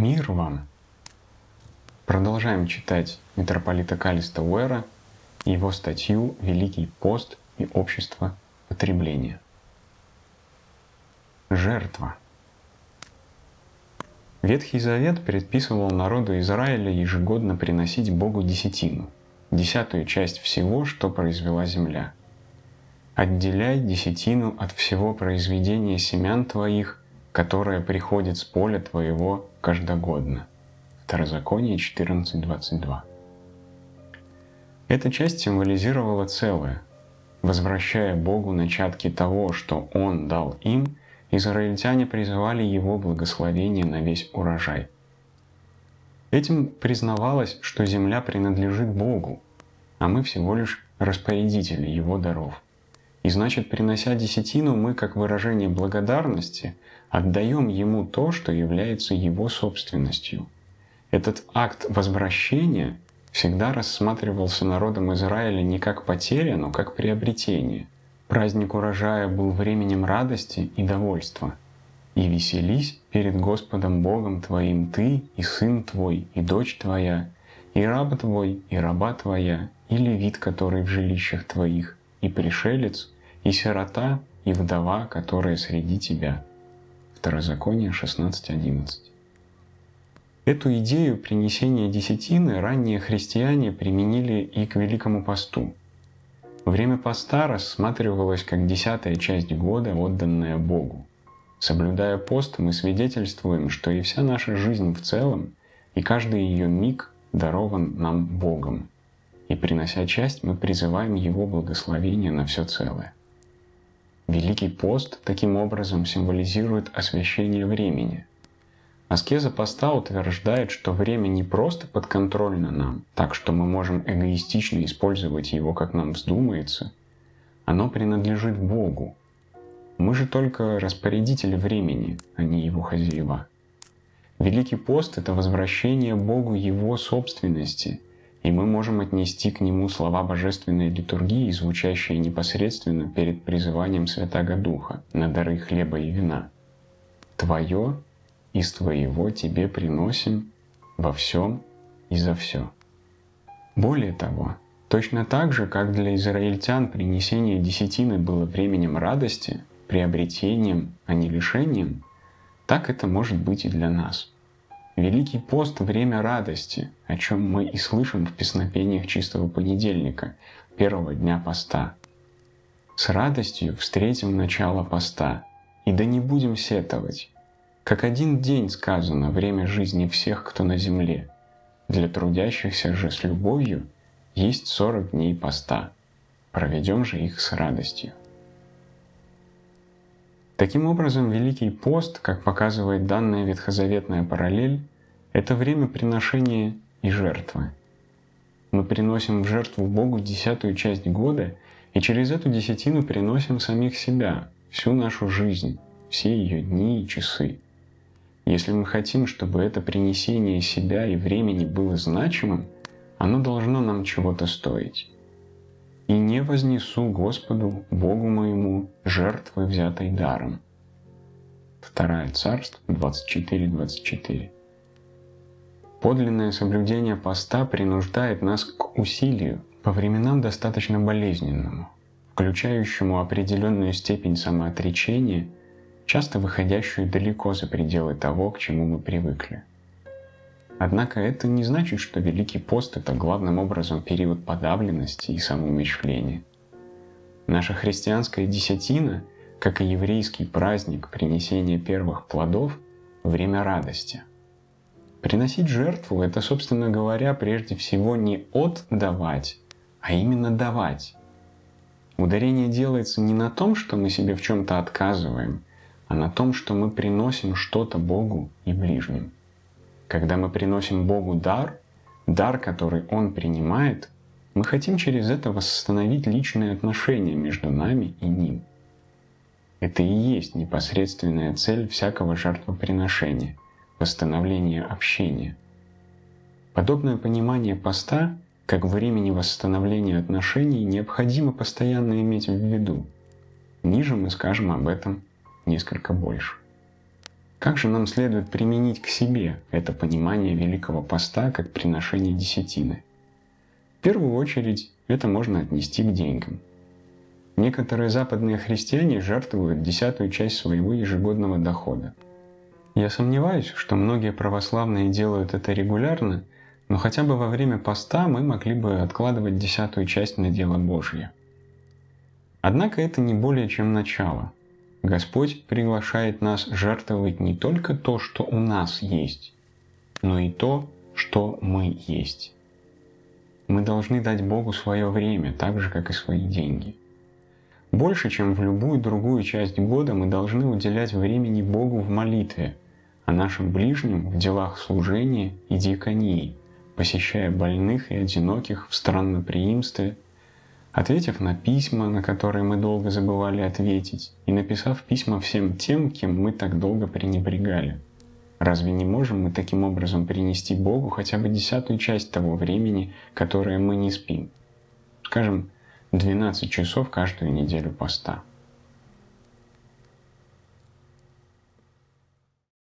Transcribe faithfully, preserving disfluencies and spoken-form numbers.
Мир вам! Продолжаем читать митрополита Каллиста Уэра и его статью «Великий пост и общество потребления». Жертва. Ветхий Завет предписывал народу Израиля ежегодно приносить Богу десятину, десятую часть всего, что произвела земля. «Отделяй десятину от всего произведения семян твоих, которое приходит с поля твоего каждогодно». Второзаконие четырнадцать двадцать два. Эта часть символизировала целое. Возвращая Богу начатки того, что Он дал им, израильтяне призывали Его благословение на весь урожай. Этим признавалось, что земля принадлежит Богу, а мы всего лишь распорядители Его даров. И значит, принося десятину, мы, как выражение благодарности, отдаем Ему то, что является Его собственностью. Этот акт возвращения всегда рассматривался народом Израиля не как потеря, но как приобретение. Праздник урожая был временем радости и довольства. «И веселись перед Господом Богом твоим ты, и сын твой, и дочь твоя, и раб твой, и раба твоя, и левит, который в жилищах твоих, и пришелец, и сирота, и вдова, которая среди тебя». Второзаконие шестнадцать одиннадцать. Эту идею принесения десятины ранние христиане применили и к Великому посту. Время поста рассматривалось как десятая часть года, отданная Богу. Соблюдая пост, мы свидетельствуем, что и вся наша жизнь в целом, и каждый ее миг дарован нам Богом. И принося часть, мы призываем Его благословение на все целое. Великий пост таким образом символизирует освящение времени. Аскеза поста утверждает, что время не просто подконтрольно нам, так что мы можем эгоистично использовать его, как нам вздумается. Оно принадлежит Богу. Мы же только распорядители времени, а не его хозяева. Великий пост — это возвращение Богу Его собственности, и мы можем отнести к Нему слова божественной литургии, звучащие непосредственно перед призыванием Святаго Духа на дары хлеба и вина. «Твое из Твоего Тебе приносим во всем и за все». Более того, точно так же, как для израильтян принесение десятины было временем радости, приобретением, а не лишением, так это может быть и для нас. Великий пост — время радости, о чем мы и слышим в песнопениях Чистого понедельника, первого дня поста. «С радостью встретим начало поста, и да не будем сетовать. Как один день сказано время жизни всех, кто на земле. Для трудящихся же с любовью есть сорок дней поста. Проведем же их с радостью». Таким образом, Великий пост, как показывает данная ветхозаветная параллель, это время приношения и жертвы. Мы приносим в жертву Богу десятую часть года, и через эту десятину приносим самих себя, всю нашу жизнь, все ее дни и часы. Если мы хотим, чтобы это принесение себя и времени было значимым, оно должно нам чего-то стоить. «И не вознесу Господу, Богу моему, жертвы, взятой даром». Второе Царств двадцать четыре двадцать четыре. Подлинное соблюдение поста принуждает нас к усилию, по временам достаточно болезненному, включающему определенную степень самоотречения, часто выходящую далеко за пределы того, к чему мы привыкли. Однако это не значит, что Великий пост — это главным образом период подавленности и самоумерщвления. Наша христианская десятина, как и еврейский праздник принесения первых плодов, — время радости. Приносить жертву — это, собственно говоря, прежде всего не отдавать, а именно давать. Ударение делается не на том, что мы себе в чем-то отказываем, а на том, что мы приносим что-то Богу и ближним. Когда мы приносим Богу дар, дар, который Он принимает, мы хотим через это восстановить личные отношения между нами и Ним. Это и есть непосредственная цель всякого жертвоприношения — восстановление общения. Подобное понимание поста, как времени восстановления отношений, необходимо постоянно иметь в виду. Ниже мы скажем об этом несколько больше. Как же нам следует применить к себе это понимание Великого Поста как приношение десятины? В первую очередь это можно отнести к деньгам. Некоторые западные христиане жертвуют десятую часть своего ежегодного дохода. Я сомневаюсь, что многие православные делают это регулярно, но хотя бы во время поста мы могли бы откладывать десятую часть на дело Божье. Однако это не более чем начало. Господь приглашает нас жертвовать не только то, что у нас есть, но и то, что мы есть. Мы должны дать Богу свое время, так же, как и свои деньги. Больше, чем в любую другую часть года, мы должны уделять времени Богу в молитве, а нашим ближним в делах служения и диаконии, посещая больных и одиноких в странноприимстве, ответив на письма, на которые мы долго забывали ответить, и написав письма всем тем, кем мы так долго пренебрегали. Разве не можем мы таким образом принести Богу хотя бы десятую часть того времени, которое мы не спим? Скажем, двенадцать часов каждую неделю поста.